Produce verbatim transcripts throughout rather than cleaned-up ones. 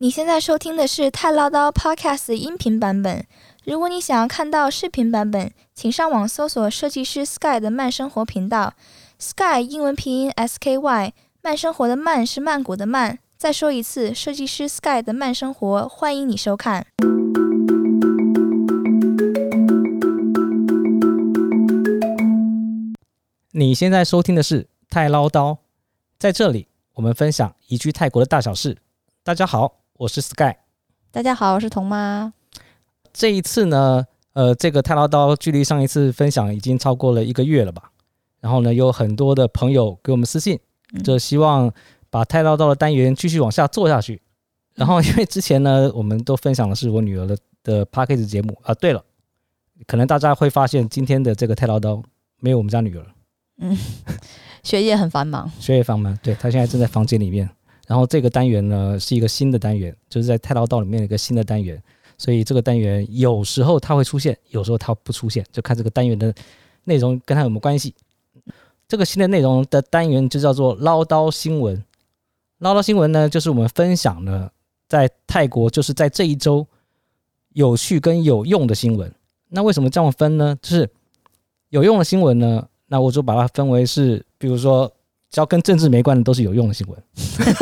你现在收听的是太唠叨 Podcast 的音频版本。如果你想要看到视频版本，请上网搜索设计师 Sky 的慢生活频道。Sky 英文拼音 S K Y， 慢生活的慢是曼谷的慢。再说一次，设计师 Sky 的慢生活，欢迎你收看。 你现在收听的是太唠叨，在这里我们分享移居泰国的大小事。大家好，我是 Sky。 大家好，我是童妈。 这一次呢呃，这个太唠叨距离上一次分享已经超过了一个月了吧，然后呢有很多的朋友给我们私信，就希望把太唠叨的单元继续往下做下去。然后因为之前呢我们都分享的是我女儿的的 Podcast 节目啊，对了，可能大家会发现今天的这个太唠叨没有我们家女儿。 嗯，学业很繁忙， 学业繁忙，对，她现在正在房间里面。然后这个单元呢是一个新的单元，就是在太唠叨里面的一个新的单元，所以这个单元有时候它会出现，有时候它不出现，就看这个单元的内容跟它有没有关系。这个新的内容的单元就叫做唠叨新闻。唠叨新闻呢，就是我们分享了在泰国，就是在这一周有趣跟有用的新闻。那为什么这样分呢？就是有用的新闻呢，那我就把它分为是，比如说只要跟政治没关的都是有用的新闻。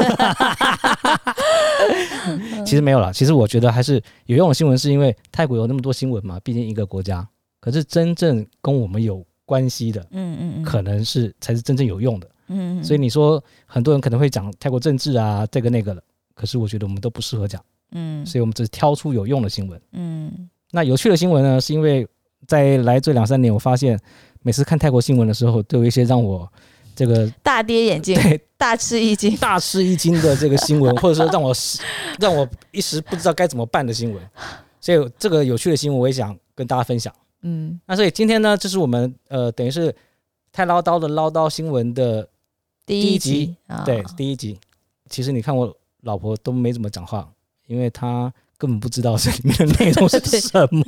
其实没有啦，其实我觉得还是有用的新闻，是因为泰国有那么多新闻嘛，毕竟一个国家。可是真正跟我们有关系的，嗯嗯嗯，可能是才是真正有用的。嗯嗯，所以你说很多人可能会讲泰国政治啊，这个那个的，可是我觉得我们都不适合讲。嗯，所以我们只是挑出有用的新闻。嗯，那有趣的新闻呢，是因为在来这两三年，我发现每次看泰国新闻的时候，都有一些让我这个大跌眼镜， 对， 大吃一惊， 大吃一惊的这个新闻，或者说让我让我一时不知道该怎么办的新闻。所以这个有趣的新闻，我也想跟大家分享。嗯，那所以今天呢，这是我们呃，等于是太唠叨的唠叨新闻的第一集，第一集哦、对，第一集。其实你看我老婆都没怎么讲话，因为她根本不知道这里面的内容是什么。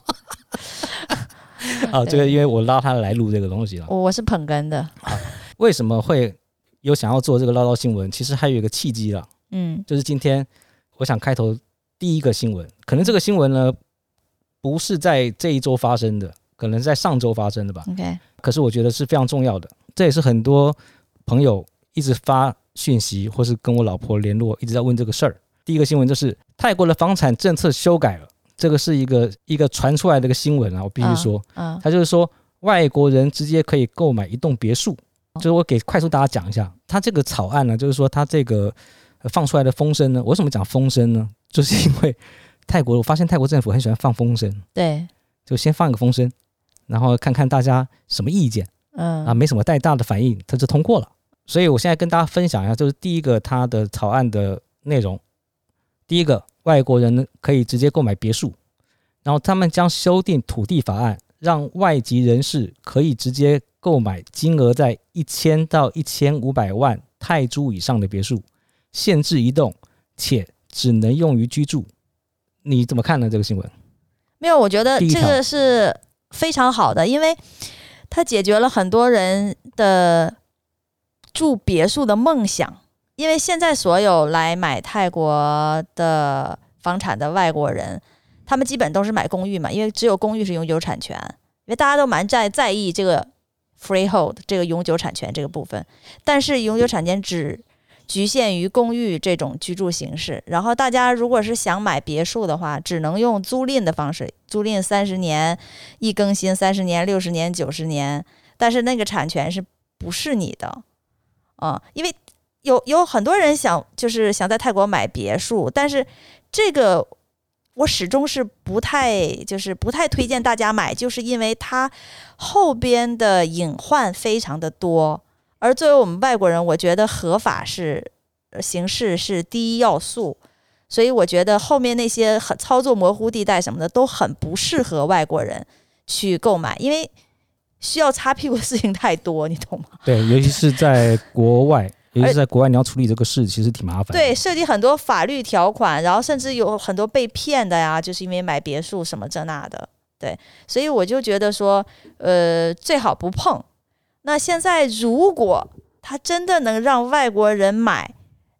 啊，这个因为我拉她来录这个东西了。 我是捧哏的。 啊，为什么会有想要做这个唠叨新闻？其实还有一个契机啦，嗯，就是今天我想开头第一个新闻，可能这个新闻呢不是在这一周发生的，可能在上周发生的吧。 OK， 可是我觉得是非常重要的，这也是很多朋友一直发讯息或是跟我老婆联络，一直在问这个事儿。第一个新闻就是泰国的房产政策修改了，这个是一个一个传出来的一个新闻啊，我必须说，嗯，它就是说外国人直接可以购买一栋别墅。就是我给快速大家讲一下，它这个草案呢，就是说它这个放出来的风声呢，我为什么讲风声呢？就是因为泰国，我发现泰国政府很喜欢放风声， 对， 就先放一个风声，然后看看大家什么意见，嗯啊，没什么太大的反应，它就通过了。所以我现在跟大家分享一下，就是第一个它的草案的内容。第一个，外国人可以直接购买别墅，然后他们将修订土地法案，让外籍人士可以直接购买金额在一千到一千五百万泰铢以上的别墅，限制移动，且只能用于居住。你怎么看呢？这个新闻？ 没有，我觉得这个是非常好的，因为它解决了很多人的住别墅的梦想。因为现在所有来买泰国的房产的外国人，他们基本都是买公寓嘛，因为只有公寓是永久产权，因为大家都蛮在在意这个 freehold 这个永久产权这个部分，但是永久产权只局限于公寓这种居住形式，然后大家如果是想买别墅的话，只能用租赁的方式，租赁三十年一更新，三十年、六十年、九十年，但是那个产权是不是你的啊？因为有有很多人想就是想在泰国买别墅，但是这个我始终是不太就是不太推荐大家买，就是因为它后边的隐患非常的多，而作为我们外国人，我觉得合法是形式是第一要素，所以我觉得后面那些很操作模糊地带什么的都很不适合外国人去购买，因为需要擦屁股的事情太多，你懂吗？ 对，尤其是在国外。尤其是在国外，你要处理这个事，其实挺麻烦的。 对，涉及很多法律条款，然后甚至有很多被骗的呀，就是因为买别墅什么这那的。对，所以我就觉得说，呃，最好不碰。那现在如果他真的能让外国人买，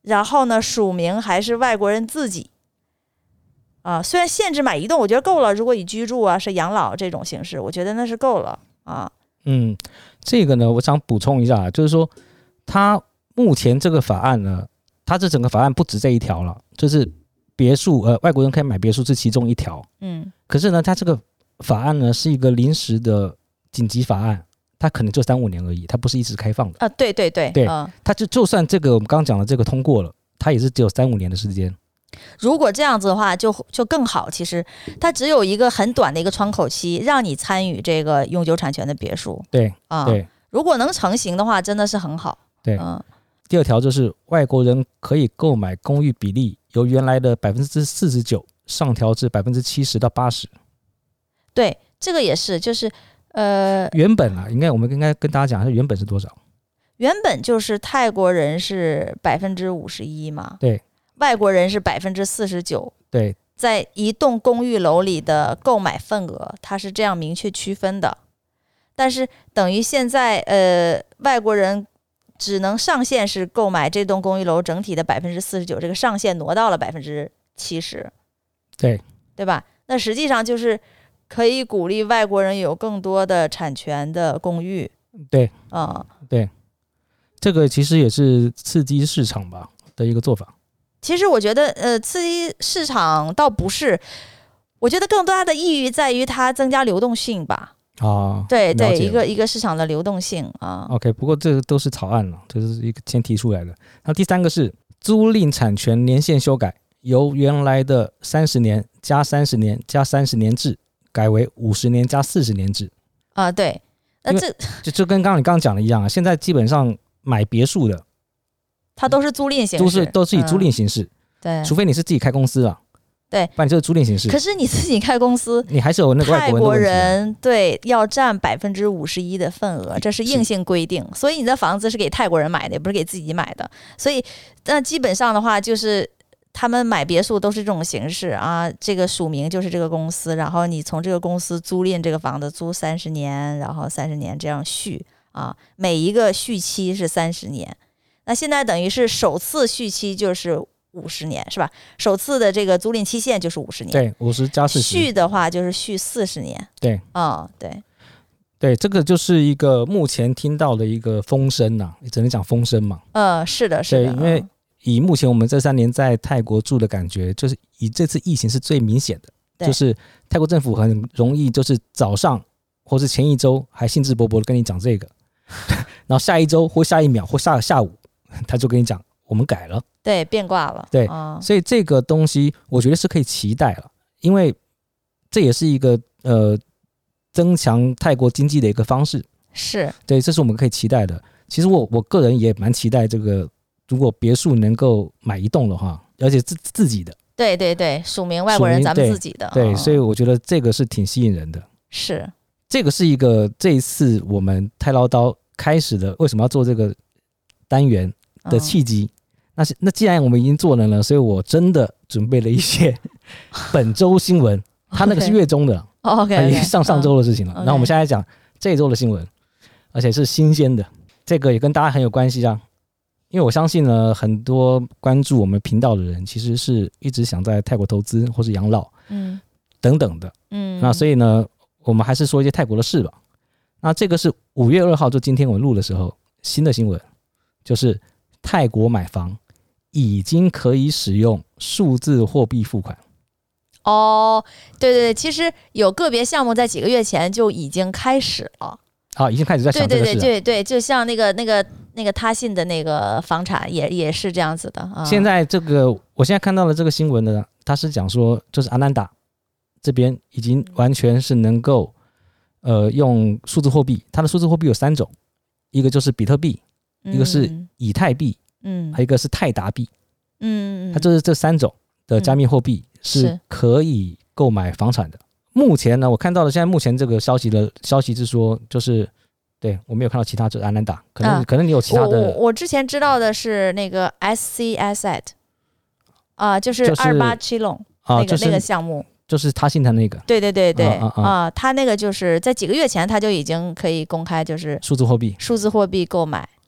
然后呢署名还是外国人自己啊，虽然限制买移动我觉得够了，如果以居住啊是养老这种形式我觉得那是够了啊。 嗯，这个呢我想补充一下，就是说它目前这个法案呢，它这整个法案不止这一条了，就是别墅呃外国人可以买别墅是其中一条， 嗯， 可是呢它这个法案呢是一个临时的紧急法案，它可能就三五年而已，它不是一直开放的啊。对对对对， 嗯、 它就就算这个我们刚刚讲的这个通过了，它也是只有三五年的时间。 如果这样子的话就就更好，其实它只有一个很短的一个窗口期让你参与这个永久产权的别墅。 对啊、 对， 如果能成型的话真的是很好。 对， 嗯。 第二条就是外国人可以购买公寓比例由原来的百分之四十九上调至百分之七十到八十。 对，这个也是，就是呃， 原本啊，应该我们应该跟大家讲，原本是多少？ 原本就是泰国人是百分之五十一嘛， 对， 外国人是百分之四十九， 对， 在一栋公寓楼里的购买份额，它是这样明确区分的。但是等于现在呃，外国人只能上限是购买这栋公寓楼整体的百分之四十九，这个上限挪到了百分之七十， 对， 对吧？那实际上就是可以鼓励外国人有更多的产权的公寓。 对， 啊、 嗯，对，这个其实也是刺激市场吧的一个做法。 其实我觉得，呃，刺激市场倒不是，我觉得更大的意义在于它增加流动性吧。 啊， 对对，一个一个市场的流动性啊。 OK， 不过这个都是草案了，这是一个先提出来的。那第三个是租赁产权年限修改，由原来的三十年加三十年加三十年制，改为五十年加四十年制。 啊，对，那这就就跟刚刚你刚刚讲的一样啊，现在基本上买别墅的， 它都是租赁形式， 都是都是以租赁形式， 嗯、对， 除非你是自己开公司了。 对， 不然就是租赁形式。 可是你自己开公司， 你还是有那个外国人的问题、啊、泰国人对要占百分之五十一的份额，这是硬性规定。所以你的房子是给泰国人买的，也不是给自己买的。所以那基本上的话，就是他们买别墅都是这种形式啊。这个署名就是这个公司，然后你从这个公司租赁这个房子租三十年，然后三十年这样续啊，每一个续期是三十年。那现在等于是首次续期就是五十年是吧？首次的这个租赁期限就是五十年， 对，五十加四十。 续的话就是续四十年， 对， 哦，对， 对，这个就是一个目前听到的一个风声呐、啊，只能讲风声嘛。 嗯，是的，是的， 对，因为以目前我们这三年在泰国住的感觉，就是以这次疫情是最明显的，就是泰国政府很容易就是早上或是前一周还兴致勃勃的跟你讲这个，然后下一周或下一秒或下下午他就跟你讲我们改了。 对，变卦了。 对、 哦， 所以这个东西我觉得是可以期待了，因为这也是一个呃增强泰国经济的一个方式。 是， 对，这是我们可以期待的。其实我我个人也蛮期待这个，如果别墅能够买一栋的话，而且自自己的。 对对对，署名外国人咱们自己的。 对， 哦、 所以我觉得这个是挺吸引人的。 是， 这个是一个这一次我们太唠叨开始的为什么要做这个单元的契机。嗯，那那既然我们已经做了呢，所以我真的准备了一些本周新闻，它那个是月中的， OK， 已经上上周的事情了。那、嗯、我们现在讲这一周的新闻，而且是新鲜的，这个也跟大家很有关系啊。因为我相信呢，很多关注我们频道的人，其实是一直想在泰国投资或是养老，嗯，等等的，嗯。那所以呢，我们还是说一些泰国的事吧。那这个是五月二号，就今天我们录的时候，新的新闻就是泰国买房已经可以使用数字货币付款。 哦，对对对，其实有个别项目在几个月前就已经开始了。 啊，已经开始在想这个事了。 对对对对对，就像那个那个那个他信的那个房产也也是这样子的啊。 现在这个，我现在看到的这个新闻呢，他是讲说，就是阿南达这边已经完全是能够呃用数字货币，它的数字货币有三种，一个就是比特币。一个是以太币，嗯，还有一个是泰达币，嗯，它就是这三种的加密货币是可以购买房产的。目前呢，我看到的现在目前这个消息的消息是说，就是对我没有看到其他，就是安南达，可能、啊、可能你有其他的。 我我之前知道的是那个 S C Asset 啊，就是二八七龙那个、就是、那个项目。 就是他信的那个， 对对对对啊, 啊, 啊, 啊，他那个就是在几个月前他就已经可以公开，就是数字货币， 数字货币购买。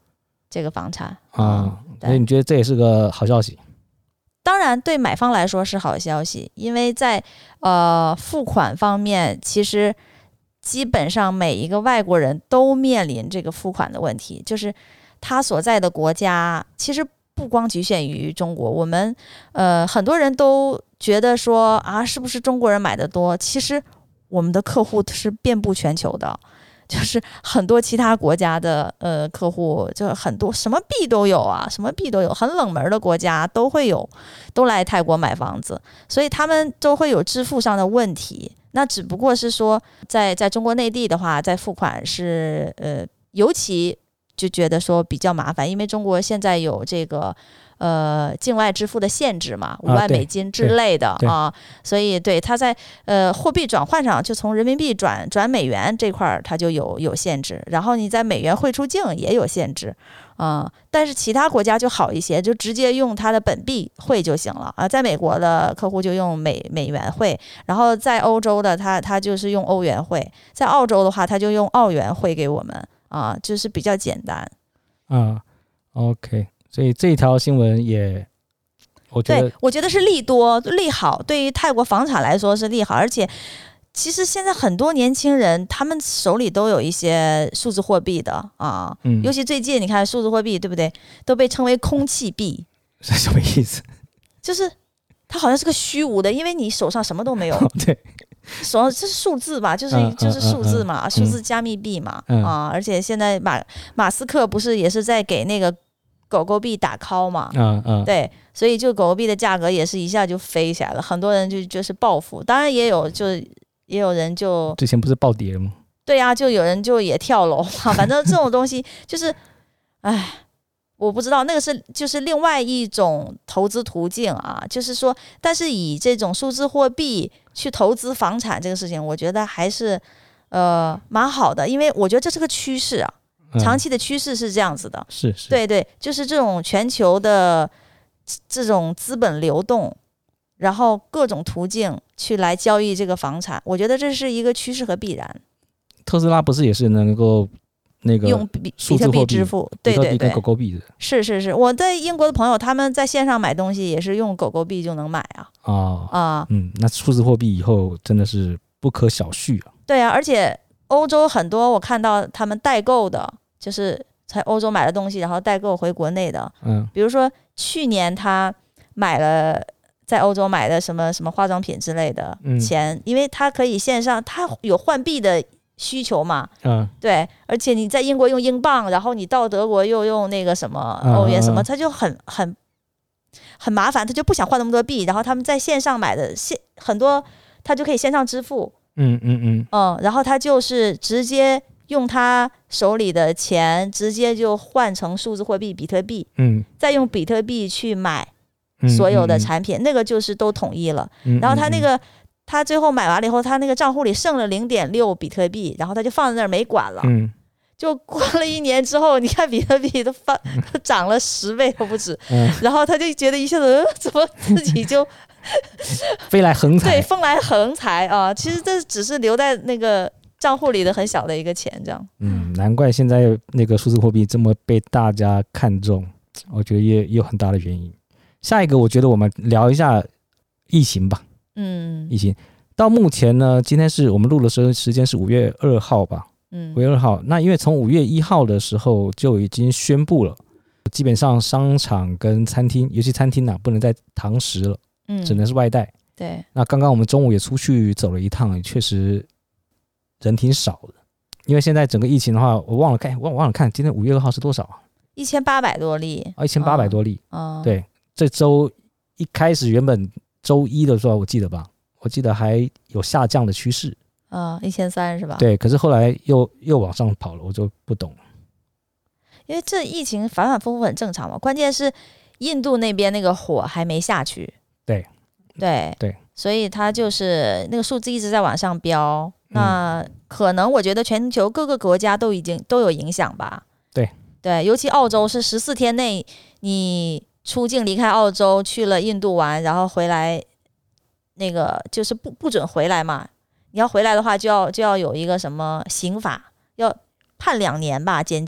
这个房产啊，所以你觉得这也是个好消息？ 当然对买方来说是好消息，因为在呃付款方面，其实基本上每一个外国人都面临这个付款的问题，就是他所在的国家其实不光局限于中国，我们呃很多人都觉得说啊，是不是中国人买的多？其实我们的客户是遍布全球的，就是很多其他国家的呃客户，就很多什么币都有啊，什么币都有，很冷门的国家都会有，都来泰国买房子，所以他们都会有支付上的问题。那只不过是说在在中国内地的话，在付款是呃尤其就觉得说比较麻烦，因为中国现在有这个呃境外支付的限制嘛，五万美金之类的 啊, 啊，所以对它在呃货币转换上，就从人民币转转美元这块它就有有限制，然后你在美元汇出境也有限制啊，但是其他国家就好一些，就直接用它的本币汇就行了啊。在美国的客户就用美美元汇，然后在欧洲的他他就是用欧元汇，在澳洲的话他就用澳元汇给我们啊，就是比较简单啊。OK， 所以这一条新闻也，我觉得对我觉得是利多利好，对于泰国房产来说是利好，而且其实现在很多年轻人他们手里都有一些数字货币的啊，嗯、尤其最近你看数字货币对不对，都被称为空气币， 是什么意思？ 就是它好像是个虚无的，因为你手上什么都没有， 哦、对， 手上这是数字嘛，就是、嗯、就是数字嘛，嗯、数字加密币嘛、嗯、啊，而且现在马马斯克不是也是在给那个狗狗币打 call 嘛， 嗯嗯， 对，所以就狗狗币的价格也是一下就飞起来了，很多人就就是暴富，当然也有就也有人就之前不是暴跌了吗？ 对呀、啊，就有人就也跳楼嘛，反正这种东西就是，哎，我不知道那个是就是另外一种投资途径啊，就是说，但是以这种数字货币去投资房产这个事情，我觉得还是呃蛮好的，因为我觉得这是个趋势啊。长期的趋势是这样子的， 嗯、是是， 对对，就是这种全球的这种资本流动，然后各种途径去来交易这个房产，我觉得这是一个趋势和必然。 特斯拉不是也是能够那个用比比特币支付，对对对， 跟狗狗币的， 是是是，我在英国的朋友他们在线上买东西也是用狗狗币就能买啊。 哦啊，嗯，那数字货币以后真的是不可小觑啊。 对啊，而且欧洲很多我看到他们代购的，就是在欧洲买的东西，然后代购回国内的。嗯，比如说去年他买了在欧洲买的什么什么化妆品之类的钱，嗯、因为他可以线上，他有换币的需求嘛。嗯，对，而且你在英国用英镑，然后你到德国又用那个什么欧元什么，他就很很很麻烦，他就不想换那么多币，然后他们在线上买的线很多，他就可以线上支付。嗯嗯嗯，嗯，然后他就是直接用他手里的钱，直接就换成数字货币比特币，嗯，再用比特币去买所有的产品，嗯嗯嗯、那个就是都统一了。嗯嗯嗯、然后他那个他最后买完了以后，他那个账户里剩了零点六比特币，然后他就放在那儿没管了。嗯，就过了一年之后，你看比特币都翻都涨了十倍都不止，嗯、然后他就觉得一下子、呃、怎么自己就。 飞来横财， 对，风来横财啊！其实这只是留在那个账户里的很小的一个钱，这样。 嗯，难怪现在那个数字货币这么被大家看重，我觉得也也有很大的原因。下一个，我觉得我们聊一下疫情吧。嗯，疫情到目前呢，今天是我们录的时候时间是五月二号吧？嗯，五月二号。那因为从五月一号的时候就已经宣布了，基本上商场跟餐厅，尤其餐厅啊，不能再堂食了。嗯，只能是外带。 对， 那刚刚我们中午也出去走了一趟，也确实人挺少的。因为现在整个疫情的话，我忘了看，忘忘了看，今天五月二号是多少啊？ 一千八百多例啊，一千八百多例。哦，对，这周一开始原本周一的时候，我记得吧，我记得还有下降的趋势。 啊，一千三是吧？ 对，可是后来又又往上跑了，我就不懂了。 因为这疫情反反复复很正常嘛，关键是印度那边那个火还没下去。 对对对， 所以它就是那个数字一直在往上飙，嗯、那可能我觉得全球各个国家都已经都有影响吧。 对对，尤其澳洲是十四天内你出境离开澳洲去了印度玩，然后回来那个就是不不准回来嘛。你要回来的话就要就要有一个什么刑法，要判两年吧，监禁。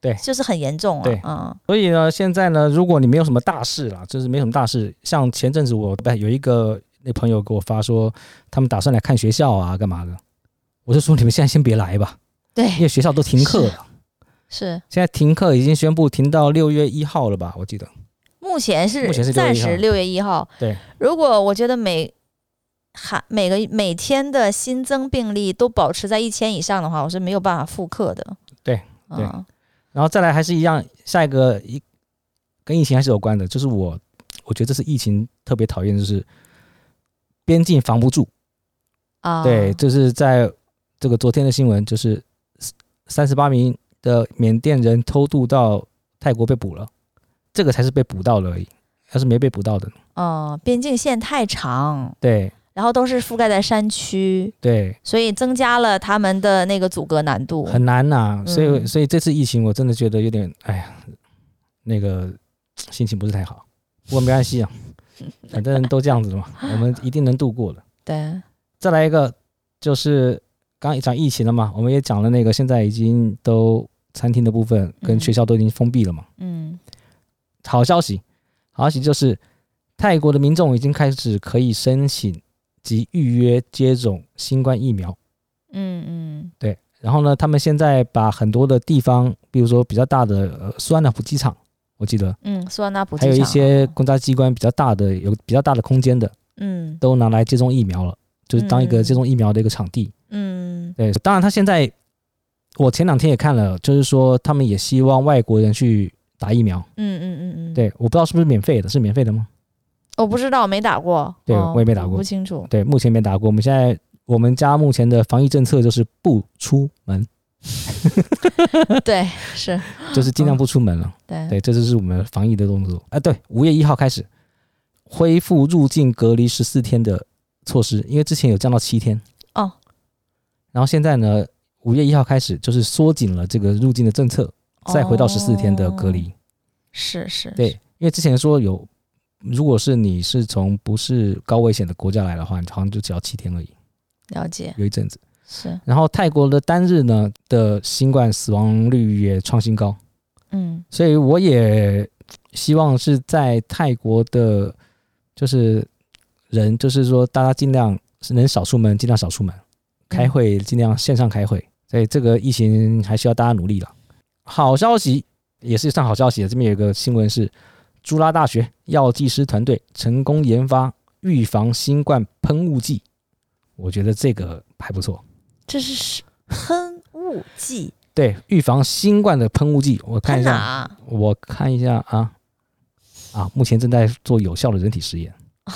对， 就是很严重啊。 对， 嗯， 所以呢，现在呢，如果你没有什么大事啦，就是没什么大事，像前阵子我有一个那朋友给我发说，他们打算来看学校啊，干嘛的，我就说你们现在先别来吧， 对， 因为学校都停课了。 是， 现在停课已经宣布停到六月一号了吧？我记得目前是目前是暂时六月一号。 对， 如果我觉得每还每个每天的新增病例都保持在一千以上的话，我是没有办法复课的。 对对、 嗯， 然后再来还是一样，下一个一跟疫情还是有关的，就是我我觉得这是疫情特别讨厌，就是边境防不住啊。 对，就是在这个昨天的新闻，就是三十八名的缅甸人偷渡到泰国被捕了，这个才是被捕到了而已，要是没被捕到的， 嗯，边境线太长， 对， 然后都是覆盖在山区， 对， 所以增加了他们的那个阻隔难度， 很难呐、啊。所以、 嗯， 所以这次疫情我真的觉得有点，哎呀，那个心情不是太好。不过没关系啊，反正都这样子的嘛，我们一定能度过的。 对， 再来一个，就是刚刚讲疫情了嘛，我们也讲了那个现在已经都餐厅的部分跟学校都已经封闭了嘛。 嗯， 好消息，好消息就是泰国的民众已经开始可以申请及预约接种新冠疫苗。 嗯嗯， 对。然后呢，他们现在把很多的地方，比如说比较大的呃苏万那普机场，我记得， 嗯，苏万那普机场， 还有一些公家机关比较大的、有比较大的空间的， 嗯， 都拿来接种疫苗了，就是当一个接种疫苗的一个场地。 嗯， 对，当然他现在，我前两天也看了，就是说他们也希望外国人去打疫苗。 嗯嗯嗯嗯， 对，我不知道是不是免费的，是免费的吗？ 我不知道，没打过。 对， 哦、 我也没打过， 不清楚。 对，目前没打过。我们现在我们家目前的防疫政策就是不出门。 对，是， 就是尽量不出门了。 嗯、 对，对，这就是我们防疫的动作。啊，对，五月一号开始恢复入境隔离十四天的措施，因为之前有降到七天。 哦。 然后现在呢，五月一号开始就是缩紧了这个入境的政策，再回到十四天的隔离。 哦、是是。 对，因为之前说有，如果是你是从不是高危险的国家来的话，你好像就只要七天而已。 了解。 有一阵子。 是。 然后泰国的单日呢的新冠死亡率也创新高。 嗯。 所以我也希望是在泰国的，就是人，就是说大家尽量能少出门，尽量少出门，开会尽量线上开会。所以这个疫情还需要大家努力了。好消息也是算好消息的，这边有一个新闻是，朱拉大学药剂师团队成功研发预防新冠喷雾剂，我觉得这个还不错。 这是喷雾剂？ 对，预防新冠的喷雾剂，我看一下，我看一下啊啊，目前正在做有效的人体实验。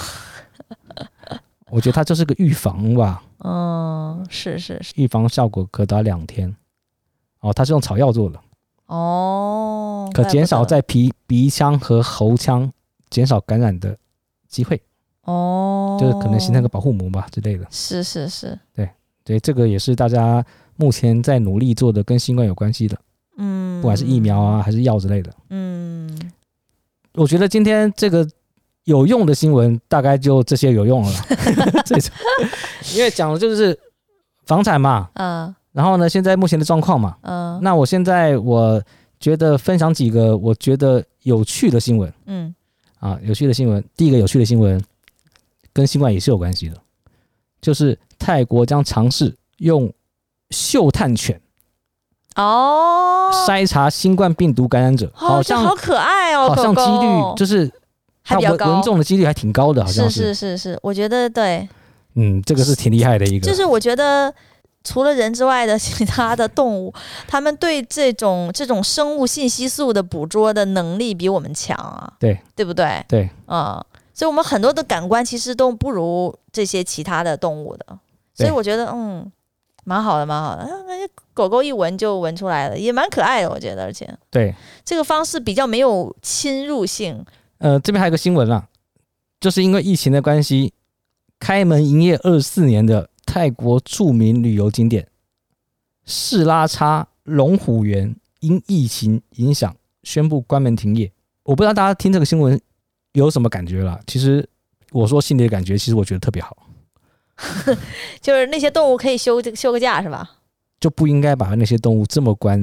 我觉得它就是个预防吧。 嗯，是是是， 预防效果可达两天。哦，它是用草药做的。 哦， 可减少在鼻鼻腔和喉腔减少感染的机会。 哦， 就是可能形成个保护膜吧之类的。 是是是， 对对，这个也是大家目前在努力做的，跟新冠有关系的。嗯，不管是疫苗啊还是药之类的。嗯，我觉得今天这个有用的新闻大概就这些有用了啦。这种因为讲的就是房产嘛，嗯，然后呢现在目前的状况嘛，嗯，那我现在我觉得分享几个我觉得有趣的新闻。嗯，啊，有趣的新闻，第一个有趣的新闻跟新冠也是有关系的，就是泰国将尝试用嗅探犬哦筛查新冠病毒感染者， 好像好可爱哦， 好像几率就是还比较高， 文中的几率还挺高的，好像是是是是，我觉得对， 嗯，这个是挺厉害的一个， 就是我觉得除了人之外的其他的动物，他们对这种这种生物信息素的捕捉的能力比我们强啊， 对对不对？ 对， 嗯。所以我们很多的感官其实都不如这些其他的动物的，所以我觉得嗯，蛮好的蛮好的，那狗狗一闻就闻出来了，也蛮可爱的，我觉得，而且对这个方式比较没有侵入性。 呃，这边还有个新闻啦，就是因为疫情的关系，开门营业二十四年的泰国著名旅游景点士拉差龙虎园因疫情影响宣布关门停业。我不知道大家听这个新闻有什么感觉啦？其实我说心里的感觉，其实我觉得特别好， 就是那些动物可以休休个假是吧？ 就不应该把那些动物这么关着。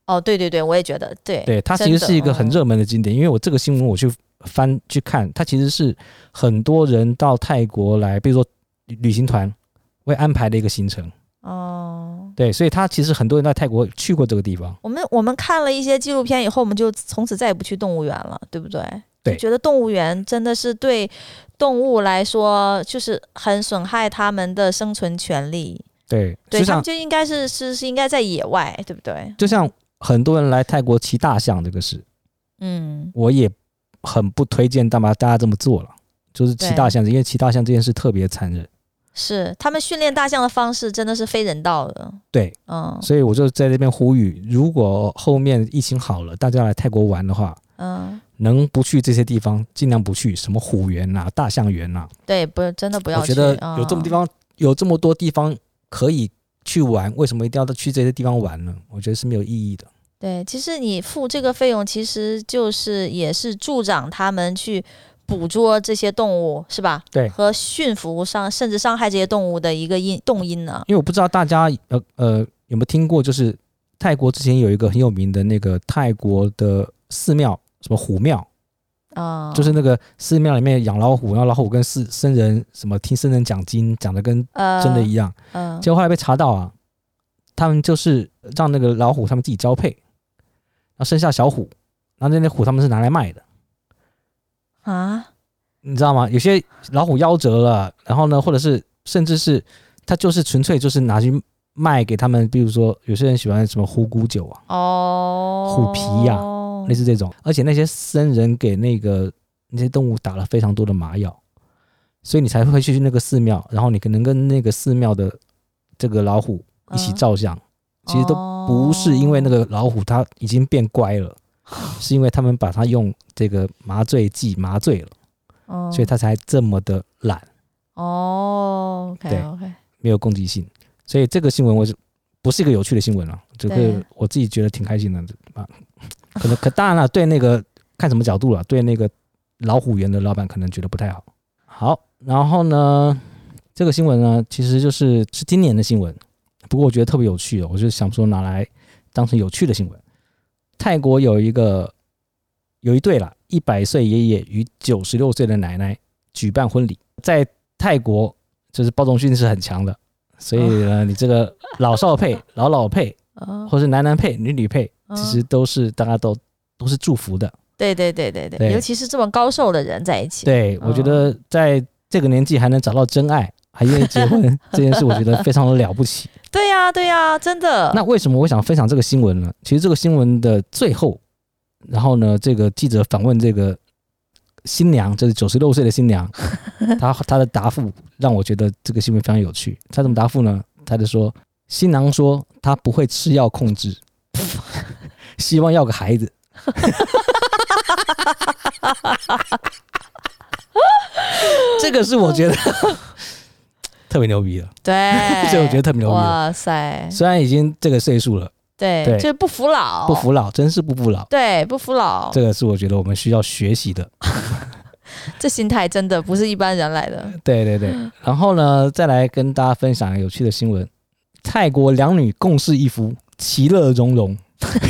哦，对对对，我也觉得，对， 对，它其实是一个很热门的景点，因为我这个新闻我去翻去看，它其实是很多人到泰国来，比如说旅行团会安排的一个行程。哦，对，所以他其实很多人在泰国去过这个地方。 我们我们看了一些纪录片以后，我们就从此再也不去动物园了，对不对？ 对， 就觉得动物园真的是对动物来说，就是很损害他们的生存权利。 对， 对，他们就应该是是是应该在野外，对不对？ 就像很多人来泰国骑大象这个事，嗯，我也很不推荐大家大家这么做了，就是骑大象，因为骑大象这件事特别残忍。 是，他们训练大象的方式真的是非人道的。 对，嗯，所以我就在这边呼吁，如果后面疫情好了，大家来泰国玩的话，嗯，能不去这些地方尽量不去，什么虎园啊、大象园啊， 对，不真的不要去。 我觉得有这么地方，嗯、有这么多地方可以去玩，为什么一定要去这些地方玩呢？我觉得是没有意义的。 对，其实你付这个费用，其实就是也是助长他们去捕捉这些动物，是吧？ 对， 和驯服伤甚至伤害这些动物的一个因动因呢。 因为我不知道大家呃呃有没有听过，就是泰国之前有一个很有名的那个泰国的寺庙，什么虎庙啊、哦，就是那个寺庙里面养老虎，然后老虎跟僧僧人什么听僧人讲经，讲的跟真的一样。嗯、呃，结果后来被查到啊，他们就是让那个老虎他们自己交配，然后生下小虎，然后那些虎他们是拿来卖的。啊，你知道吗？有些老虎夭折了，然后呢，或者是甚至是它就是纯粹就是拿去卖给他们，比如说有些人喜欢什么虎骨酒啊，哦，虎皮呀、啊，类似这种。而且那些僧人给那个那些动物打了非常多的麻药，所以你才会去那个寺庙，然后你可能跟那个寺庙的这个老虎一起照相，嗯、其实都不是因为那个老虎它已经变乖了。是因为他们把它用这个麻醉剂麻醉了，哦、所以它才这么的懒。哦 ，OK OK， 没有攻击性，所以这个新闻我是不是一个有趣的新闻啊？这个我自己觉得挺开心的啊。可能可当然了，对那个看什么角度了，对那个老虎园的老板可能觉得不太好。好，然后呢，这个新闻呢，其实就是是今年的新闻，不过我觉得特别有趣哦，我就想说拿来当成有趣的新闻。泰国有一个有一对啦，一百岁爷爷与九十六岁的奶奶举办婚礼。在泰国，就是包容性是很强的，所以呢，你这个老少配、老老配，或是男男配、女女配，其实都是大家都都是祝福的。 对对对对 对, 对，尤其是这么高寿的人在一起。 对，我觉得在这个年纪还能找到真爱，还愿意结婚这件事，我觉得非常的了不起。 对呀、啊，对呀、啊，真的。 那为什么我想分享这个新闻呢？其实这个新闻的最后，然后呢，这个记者访问这个新娘，就是九十六岁的新娘，她她的答复让我觉得这个新闻非常有趣。她怎么答复呢？她就说，新娘说她不会吃药控制，希望要个孩子。这个是我觉得特别牛逼了， 对， 所以我觉得特别牛逼了。 哇塞！ 虽然已经这个岁数了， 对，对就是不服老， 不服老，真是不服老。 对，不服老， 这个是我觉得我们需要学习的。 这心态真的不是一般人来的。 对对对，然后呢，再来跟大家分享一个有趣的新闻：泰国两女共侍一夫，其乐融融。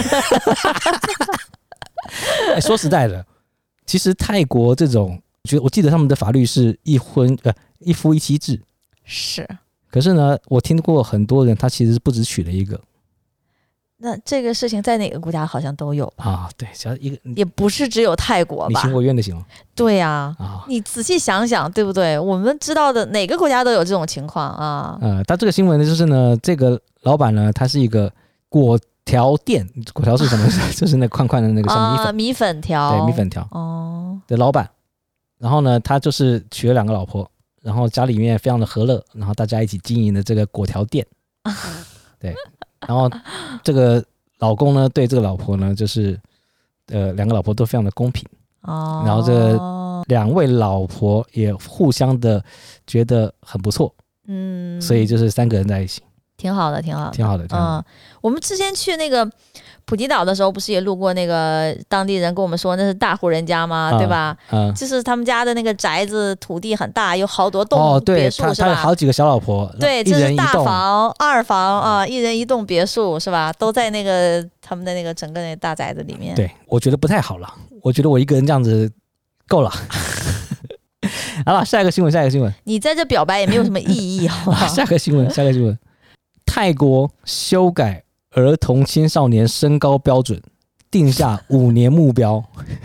欸、说实在的，其实泰国这种，我觉得我记得他们的法律是一婚呃一夫一妻制， 是。 可是呢，我听过很多人他其实是不只娶了一个。 那这个事情在哪个国家好像都有啊？对，只要一个也不是只有泰国吧？ 你情我愿的行。 对呀、啊，啊，你仔细想想，对不对？我们知道的哪个国家都有这种情况啊。 呃，但这个新闻呢，就是呢，这个老板呢，他是一个果条店，果条是什么？就是那宽宽的那个像米粉、 啊、米粉条， 对，米粉条哦的老板。然后呢，他就是娶了两个老婆，然后家里面非常的和乐，然后大家一起经营的这个果条店。对。然后这个老公呢，对这个老婆呢，就是呃两个老婆都非常的公平哦。然后这两位老婆也互相的觉得很不错，嗯，所以就是三个人在一起。 挺好的，挺好的， 挺好的。挺好的嗯，我们之前去那个普吉岛的时候，不是也路过那个当地人跟我们说那是大户人家吗？ 嗯、 对吧？ 嗯， 就是他们家的那个宅子土地很大，有好多栋哦，对， 别墅， 他是吧？ 他有好几个小老婆， 对， 一人一这是大栋房、二房啊，一人一栋别墅，是吧？都在那个他们的那个整个那个大宅子里面。 对，我觉得不太好了，我觉得我一个人这样子够了。好了，下一个新闻，下一个新闻。 你在这表白也没有什么意义，好吧？ 下个新闻，下个新闻。泰国修改儿童青少年身高标准，定下五年目标。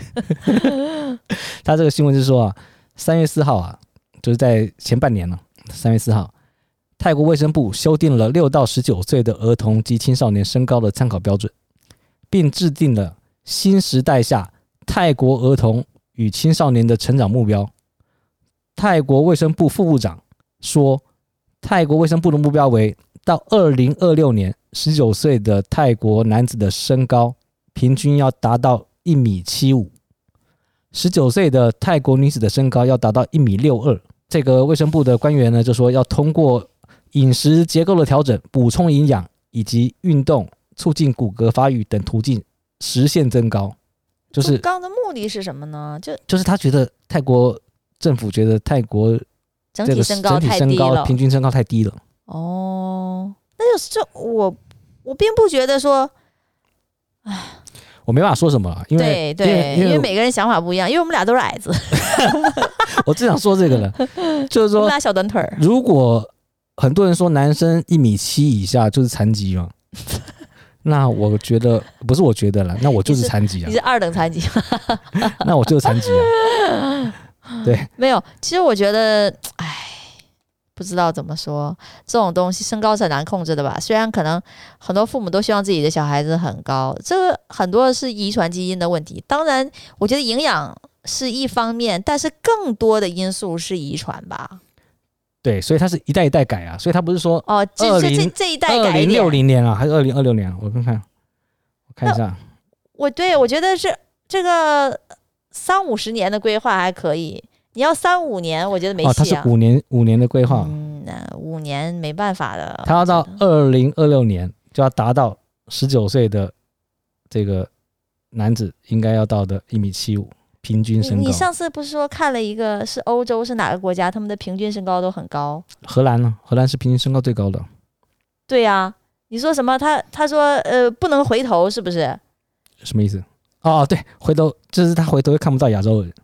他这个新闻是说啊，三月四号啊，就是在前半年了，三月四号，泰国卫生部修订了六到十九岁的儿童及青少年身高的参考标准，并制定了新时代下泰国儿童与青少年的成长目标。泰国卫生部副部长说，泰国卫生部的目标为到二零二六年，十九岁的泰国男子的身高平均要达到一米七五，十九岁的泰国女子的身高要达到一米六二。这个卫生部的官员呢就说，要通过饮食结构的调整、补充营养以及运动、促进骨骼发育等途径实现增高。就是刚的目的是什么呢？就就是他觉得泰国政府觉得泰国整体身高太低了， 整体身高平均身高太低了。 哦，那就是这我我并不觉得说，唉， 我没办法说什么了，因为对对， 因为因为每个人想法不一样，因为我们俩都是矮子。 我只想说这个了，就是说， 我们俩小短腿儿。 如果很多人说男生一米七以下就是残疾嘛，那我觉得不是，我觉得啦，那我就是残疾啊， 你是二等残疾。 那我就是残疾啊。对， 没有，其实我觉得，唉，不知道怎么说，这种东西身高是很难控制的吧？虽然可能很多父母都希望自己的小孩子很高，这个很多是遗传基因的问题。当然，我觉得营养是一方面，但是更多的因素是遗传吧。 对，所以它是一代一代改啊，所以它不是说哦，这这这这一代改一点， 二零六零年啊，还是二零二六年？我看看，我看一下。 我对我觉得是这个三五十年的规划还可以，你要三五年，我觉得没戏啊。 哦，它是五年五年的规划， 嗯，那五年没办法的。 它要到二零二六年就要达到十九岁的这个男子应该要到的一米七五。平均身高。 你上次不是说看了一个是欧洲是哪个国家，他们的平均身高都很高？ 荷兰呢？荷兰是平均身高最高的。 对呀、啊，你说什么？他他说呃不能回头，是不是？ 什么意思？哦，对，回头就是他回头会看不到亚洲人。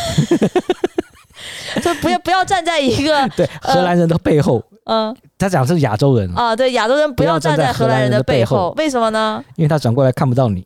就不要不要站在一个对荷兰人的背后。 嗯、呃， 他讲的是亚洲人啊，对亚洲人不要站在荷兰人的背后，为什么呢？ 因为他转过来看不到你。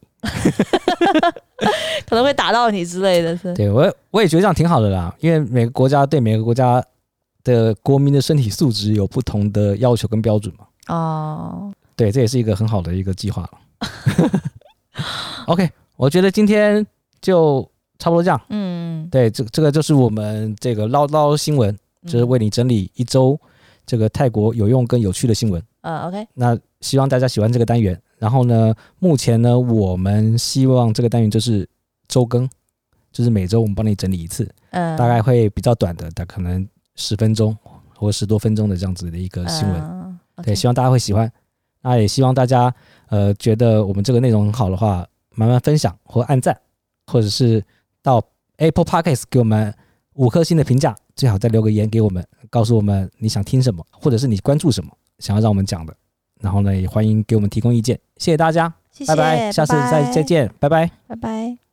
可能会打到你之类的是。 对，我我也觉得这样挺好的啦，因为每个国家对每个国家的国民的身体素质有不同的要求跟标准嘛。 哦， 对，这也是一个很好的一个计划了。OK， 我觉得今天就差不多这样。 嗯， 对，这这个就是我们这个唠唠新闻，就是为你整理一周这个泰国有用跟有趣的新闻。 嗯 ，OK， 那希望大家喜欢这个单元。然后呢，目前呢，我们希望这个单元就是周更，就是每周我们帮你整理一次， 嗯， 大概会比较短的，大概可能十分钟或十多分钟的这样子的一个新闻。 嗯 okay、 对，希望大家会喜欢。那也希望大家呃觉得我们这个内容很好的话，慢慢分享或按赞，或者是到 Apple Podcast 给我们五颗星的评价，最好再留个言给我们，告诉我们你想听什么，或者是你关注什么，想要让我们讲的。然后呢，也欢迎给我们提供意见，谢谢大家， 谢谢， 拜拜，下次再再见，拜拜， 拜拜。